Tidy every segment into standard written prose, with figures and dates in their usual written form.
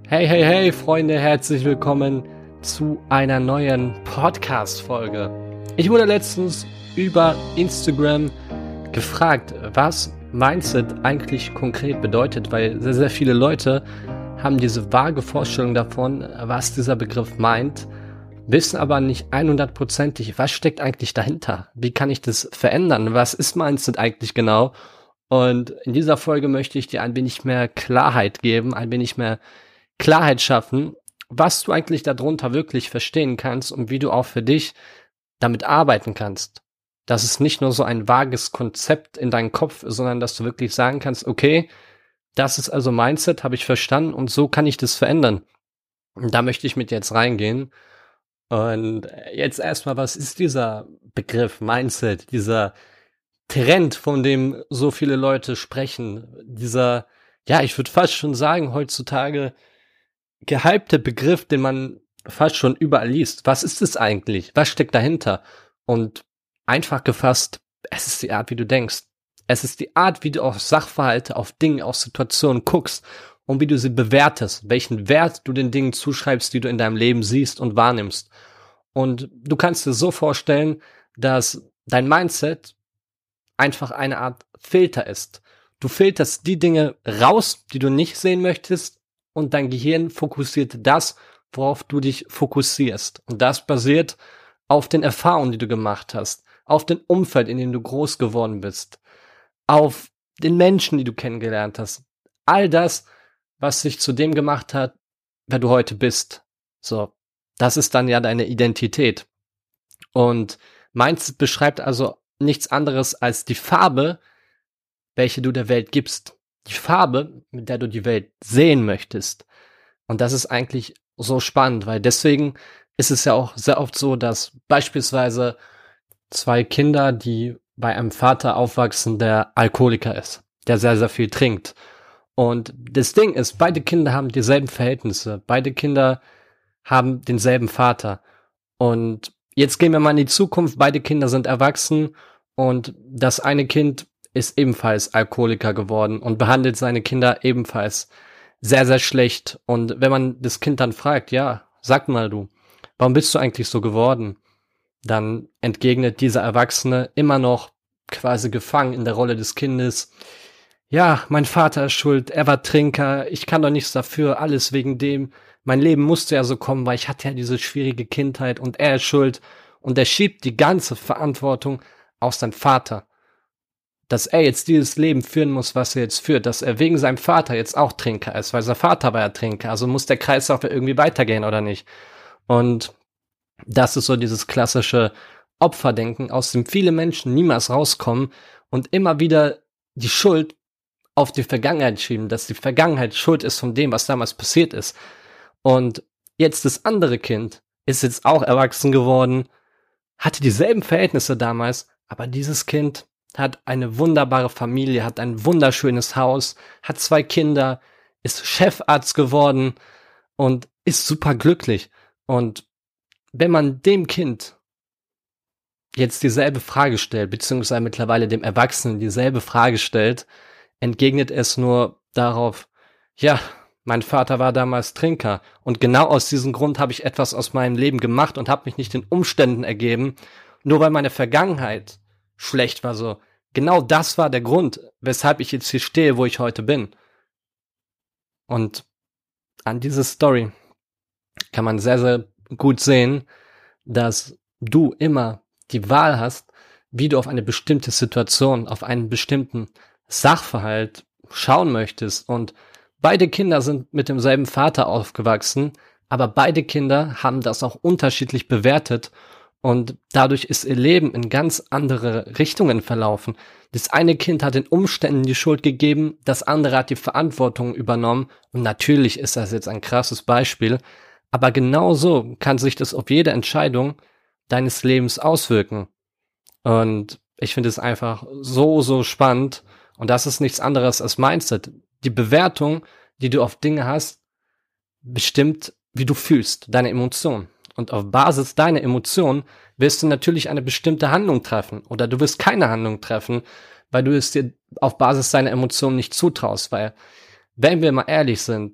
Hey, hey, hey, Freunde, herzlich willkommen zu einer neuen Podcast-Folge. Ich wurde letztens über Instagram gefragt, was Mindset eigentlich konkret bedeutet, weil sehr, sehr viele Leute haben diese vage Vorstellung davon, was dieser Begriff meint, wissen aber nicht 100%ig, was steckt eigentlich dahinter? Wie kann ich das verändern? Was ist Mindset eigentlich genau? Und in dieser Folge möchte ich dir ein wenig mehr Klarheit geben, ein wenig mehr Klarheit schaffen, was du eigentlich darunter wirklich verstehen kannst und wie du auch für dich damit arbeiten kannst. Dass es nicht nur so ein vages Konzept in deinem Kopf ist, sondern dass du wirklich sagen kannst, okay, das ist also Mindset, habe ich verstanden und so kann ich das verändern. Und da möchte ich mit jetzt reingehen. Und jetzt erstmal, was ist dieser Begriff Mindset, dieser Trend, von dem so viele Leute sprechen, dieser, ja, ich würde fast schon sagen, heutzutage gehypte Begriff, den man fast schon überall liest. Was ist es eigentlich? Was steckt dahinter? Und einfach gefasst, es ist die Art, wie du denkst. Es ist die Art, wie du auf Sachverhalte, auf Dinge, auf Situationen guckst und wie du sie bewertest, welchen Wert du den Dingen zuschreibst, die du in deinem Leben siehst und wahrnimmst. Und du kannst dir so vorstellen, dass dein Mindset einfach eine Art Filter ist. Du filterst die Dinge raus, die du nicht sehen möchtest, und dein Gehirn fokussiert das, worauf du dich fokussierst. Und das basiert auf den Erfahrungen, die du gemacht hast, auf dem Umfeld, in dem du groß geworden bist, auf den Menschen, die du kennengelernt hast. All das, was dich zu dem gemacht hat, wer du heute bist. So, das ist dann ja deine Identität. Und Mindset beschreibt also nichts anderes als die Farbe, welche du der Welt gibst. Die Farbe, mit der du die Welt sehen möchtest. Und das ist eigentlich so spannend, weil deswegen ist es ja auch sehr oft so, dass beispielsweise zwei Kinder, die bei einem Vater aufwachsen, der Alkoholiker ist, der sehr, sehr viel trinkt. Und das Ding ist, beide Kinder haben dieselben Verhältnisse, beide Kinder haben denselben Vater. Und jetzt gehen wir mal in die Zukunft, beide Kinder sind erwachsen und das eine Kind ist ebenfalls Alkoholiker geworden und behandelt seine Kinder ebenfalls sehr, sehr schlecht. Und wenn man das Kind dann fragt, ja, sag mal du, warum bist du eigentlich so geworden? Dann entgegnet dieser Erwachsene immer noch quasi gefangen in der Rolle des Kindes. Ja, mein Vater ist schuld, er war Trinker, ich kann doch nichts dafür, alles wegen dem. Mein Leben musste ja so kommen, weil ich hatte ja diese schwierige Kindheit und er ist schuld. Und er schiebt die ganze Verantwortung auf seinen Vater. Dass er jetzt dieses Leben führen muss, was er jetzt führt, dass er wegen seinem Vater jetzt auch Trinker ist, weil sein Vater war ja Trinker, also muss der Kreislauf ja irgendwie weitergehen, oder nicht? Und das ist so dieses klassische Opferdenken, aus dem viele Menschen niemals rauskommen und immer wieder die Schuld auf die Vergangenheit schieben, dass die Vergangenheit schuld ist von dem, was damals passiert ist. Und jetzt das andere Kind ist jetzt auch erwachsen geworden, hatte dieselben Verhältnisse damals, aber dieses Kind hat eine wunderbare Familie, hat ein wunderschönes Haus, hat 2 Kinder, ist Chefarzt geworden und ist super glücklich. Und wenn man dem Kind jetzt dieselbe Frage stellt, beziehungsweise mittlerweile dem Erwachsenen dieselbe Frage stellt, entgegnet es nur darauf, ja, mein Vater war damals Trinker und genau aus diesem Grund habe ich etwas aus meinem Leben gemacht und habe mich nicht den Umständen ergeben, nur weil meine Vergangenheit schlecht war so. Genau das war der Grund, weshalb ich jetzt hier stehe, wo ich heute bin. Und an dieser Story kann man sehr, sehr gut sehen, dass du immer die Wahl hast, wie du auf eine bestimmte Situation, auf einen bestimmten Sachverhalt schauen möchtest. Und beide Kinder sind mit demselben Vater aufgewachsen, aber beide Kinder haben das auch unterschiedlich bewertet und dadurch ist ihr Leben in ganz andere Richtungen verlaufen. Das eine Kind hat den Umständen die Schuld gegeben, das andere hat die Verantwortung übernommen und natürlich ist das jetzt ein krasses Beispiel, aber genauso kann sich das auf jede Entscheidung deines Lebens auswirken. Und ich finde es einfach so, so spannend und das ist nichts anderes als Mindset. Die Bewertung, die du auf Dinge hast, bestimmt, wie du fühlst, deine Emotionen. Und auf Basis deiner Emotionen wirst du natürlich eine bestimmte Handlung treffen oder du wirst keine Handlung treffen, weil du es dir auf Basis deiner Emotionen nicht zutraust. Weil, wenn wir mal ehrlich sind,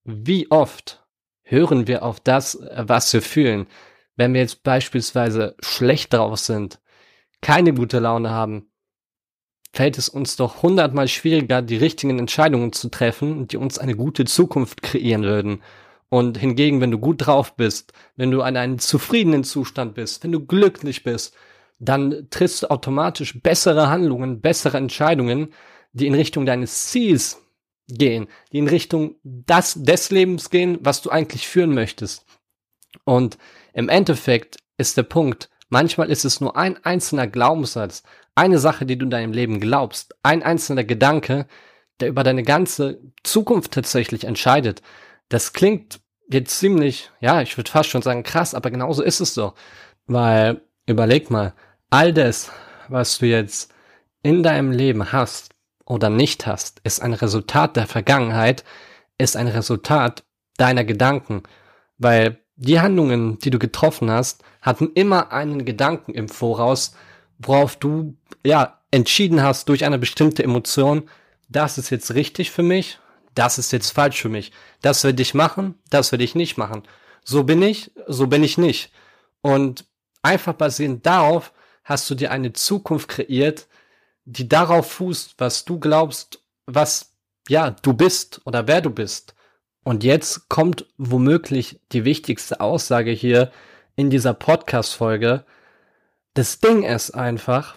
wie oft hören wir auf das, was wir fühlen? Wenn wir jetzt beispielsweise schlecht drauf sind, keine gute Laune haben, fällt es uns doch 100-mal schwieriger, die richtigen Entscheidungen zu treffen, die uns eine gute Zukunft kreieren würden. Und hingegen, wenn du gut drauf bist, wenn du an einem zufriedenen Zustand bist, wenn du glücklich bist, dann triffst du automatisch bessere Handlungen, bessere Entscheidungen, die in Richtung deines Ziels gehen, die in Richtung des Lebens gehen, was du eigentlich führen möchtest. Und im Endeffekt ist der Punkt, manchmal ist es nur ein einzelner Glaubenssatz, eine Sache, die du in deinem Leben glaubst, ein einzelner Gedanke, der über deine ganze Zukunft tatsächlich entscheidet. Das klingt jetzt ziemlich, ja, ich würde fast schon sagen krass, aber genauso ist es so. Weil, überleg mal, all das, was du jetzt in deinem Leben hast oder nicht hast, ist ein Resultat der Vergangenheit, ist ein Resultat deiner Gedanken. Weil die Handlungen, die du getroffen hast, hatten immer einen Gedanken im Voraus, worauf du, ja, entschieden hast durch eine bestimmte Emotion, das ist jetzt richtig für mich, das ist jetzt falsch für mich. Das werde ich machen, das werde ich nicht machen. So bin ich nicht. Und einfach basierend darauf hast du dir eine Zukunft kreiert, die darauf fußt, was du glaubst, was, ja, du bist oder wer du bist. Und jetzt kommt womöglich die wichtigste Aussage hier in dieser Podcast-Folge. Das Ding ist einfach,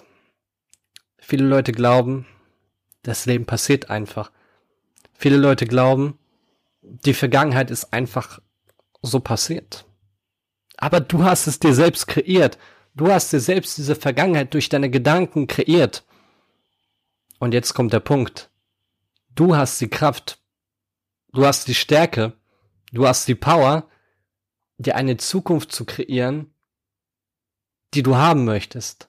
viele Leute glauben, das Leben passiert einfach. Viele Leute glauben, die Vergangenheit ist einfach so passiert. Aber du hast es dir selbst kreiert. Du hast dir selbst diese Vergangenheit durch deine Gedanken kreiert. Und jetzt kommt der Punkt. Du hast die Kraft, du hast die Stärke, du hast die Power, dir eine Zukunft zu kreieren, die du haben möchtest.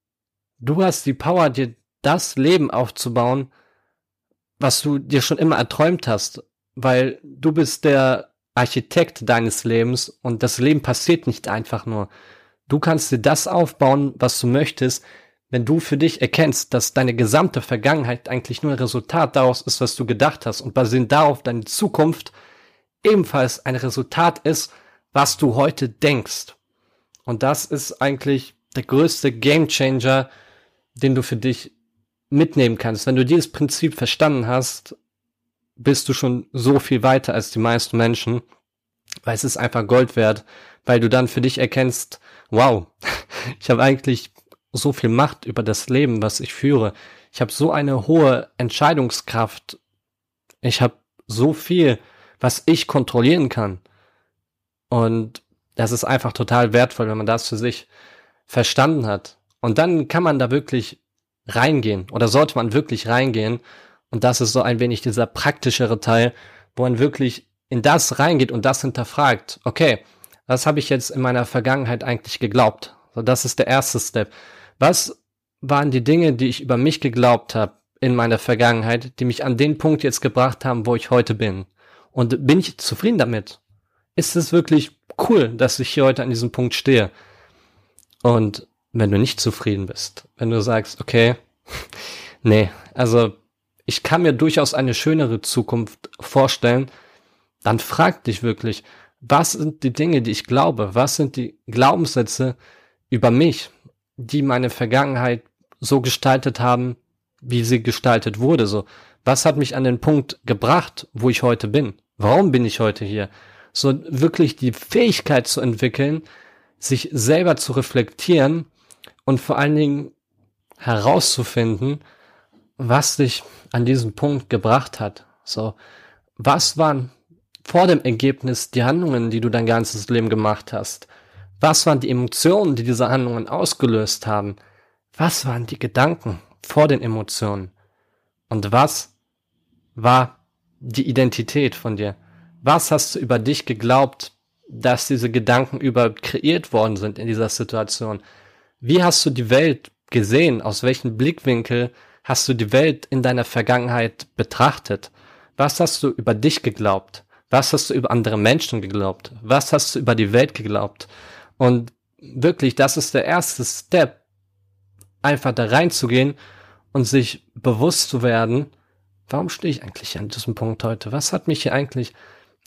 Du hast die Power, dir das Leben aufzubauen, was du dir schon immer erträumt hast, weil du bist der Architekt deines Lebens und das Leben passiert nicht einfach nur. Du kannst dir das aufbauen, was du möchtest, wenn du für dich erkennst, dass deine gesamte Vergangenheit eigentlich nur ein Resultat daraus ist, was du gedacht hast und basierend darauf deine Zukunft ebenfalls ein Resultat ist, was du heute denkst. Und das ist eigentlich der größte Gamechanger, den du für dich mitnehmen kannst. Wenn du dieses Prinzip verstanden hast, bist du schon so viel weiter als die meisten Menschen, weil es ist einfach Gold wert, weil du dann für dich erkennst, wow, ich habe eigentlich so viel Macht über das Leben, was ich führe. Ich habe so eine hohe Entscheidungskraft. Ich habe so viel, was ich kontrollieren kann. Und das ist einfach total wertvoll, wenn man das für sich verstanden hat. Und dann kann man da wirklich reingehen oder sollte man wirklich reingehen. Und das ist so ein wenig dieser praktischere Teil, wo man wirklich in das reingeht und das hinterfragt. Okay, was habe ich jetzt in meiner Vergangenheit eigentlich geglaubt? So, das ist der erste Step. Was waren die Dinge, die ich über mich geglaubt habe in meiner Vergangenheit, die mich an den Punkt jetzt gebracht haben, wo ich heute bin? Und bin ich zufrieden damit? Ist es wirklich cool, dass ich hier heute an diesem Punkt stehe? Und wenn du nicht zufrieden bist, wenn du sagst, okay, nee, also ich kann mir durchaus eine schönere Zukunft vorstellen, dann frag dich wirklich, was sind die Dinge, die ich glaube? Was sind die Glaubenssätze über mich, die meine Vergangenheit so gestaltet haben, wie sie gestaltet wurde? So, was hat mich an den Punkt gebracht, wo ich heute bin? Warum bin ich heute hier? So wirklich die Fähigkeit zu entwickeln, sich selber zu reflektieren und vor allen Dingen herauszufinden, was dich an diesem Punkt gebracht hat. So, was waren vor dem Ergebnis die Handlungen, die du dein ganzes Leben gemacht hast? Was waren die Emotionen, die diese Handlungen ausgelöst haben? Was waren die Gedanken vor den Emotionen? Und was war die Identität von dir? Was hast du über dich geglaubt, dass diese Gedanken überhaupt kreiert worden sind in dieser Situation? Wie hast du die Welt gesehen? Aus welchem Blickwinkel hast du die Welt in deiner Vergangenheit betrachtet? Was hast du über dich geglaubt? Was hast du über andere Menschen geglaubt? Was hast du über die Welt geglaubt? Und wirklich, das ist der erste Step, einfach da reinzugehen und sich bewusst zu werden, warum stehe ich eigentlich an diesem Punkt heute? Was hat mich hier eigentlich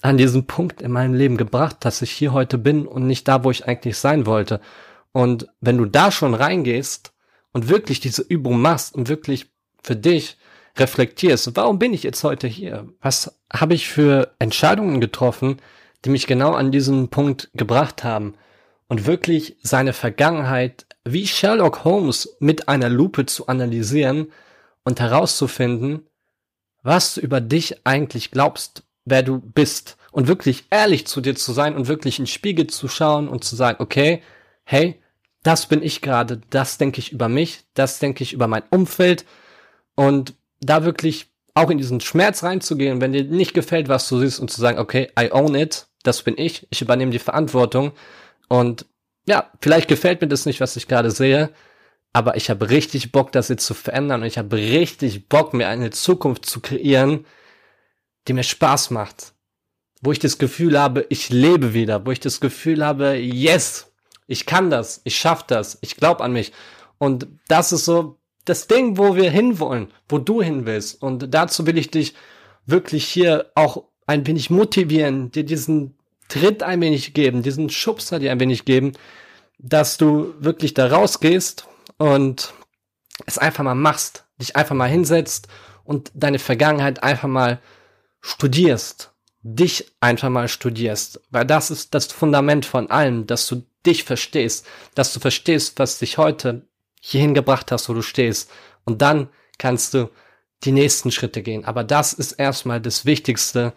an diesen Punkt in meinem Leben gebracht, dass ich hier heute bin und nicht da, wo ich eigentlich sein wollte. Und wenn du da schon reingehst und wirklich diese Übung machst und wirklich für dich reflektierst, warum bin ich jetzt heute hier? Was habe ich für Entscheidungen getroffen, die mich genau an diesen Punkt gebracht haben? Und wirklich seine Vergangenheit wie Sherlock Holmes mit einer Lupe zu analysieren und herauszufinden, was du über dich eigentlich glaubst, wer du bist. Und wirklich ehrlich zu dir zu sein und wirklich in den Spiegel zu schauen und zu sagen, okay, hey, das bin ich gerade, das denke ich über mich, das denke ich über mein Umfeld. Und da wirklich auch in diesen Schmerz reinzugehen, wenn dir nicht gefällt, was du siehst, und zu sagen, okay, I own it, das bin ich übernehme die Verantwortung. Und ja, vielleicht gefällt mir das nicht, was ich gerade sehe, aber ich habe richtig Bock, das jetzt zu verändern, und ich habe richtig Bock, mir eine Zukunft zu kreieren, die mir Spaß macht, wo ich das Gefühl habe, ich lebe wieder, wo ich das Gefühl habe, yes, ich kann das, ich schaffe das, ich glaube an mich. Und das ist so das Ding, wo wir hinwollen, wo du hin willst. Und dazu will ich dich wirklich hier auch ein wenig motivieren, dir diesen Tritt ein wenig geben, diesen Schubser dir ein wenig geben, dass du wirklich da rausgehst und es einfach mal machst, dich einfach mal hinsetzt und deine Vergangenheit einfach mal studierst, dich einfach mal studierst, weil das ist das Fundament von allem, dass du dich verstehst, dass du verstehst, was dich heute hierhin gebracht hast, wo du stehst, und dann kannst du die nächsten Schritte gehen. Aber das ist erstmal das Wichtigste.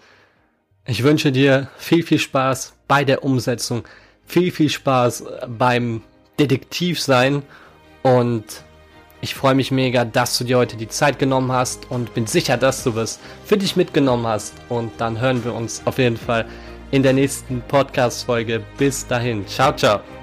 Ich wünsche dir viel, viel Spaß bei der Umsetzung, viel, viel Spaß beim Detektivsein, und ich freue mich mega, dass du dir heute die Zeit genommen hast, und bin sicher, dass du was für dich mitgenommen hast, und dann hören wir uns auf jeden Fall in der nächsten Podcast-Folge. Bis dahin. Ciao, ciao.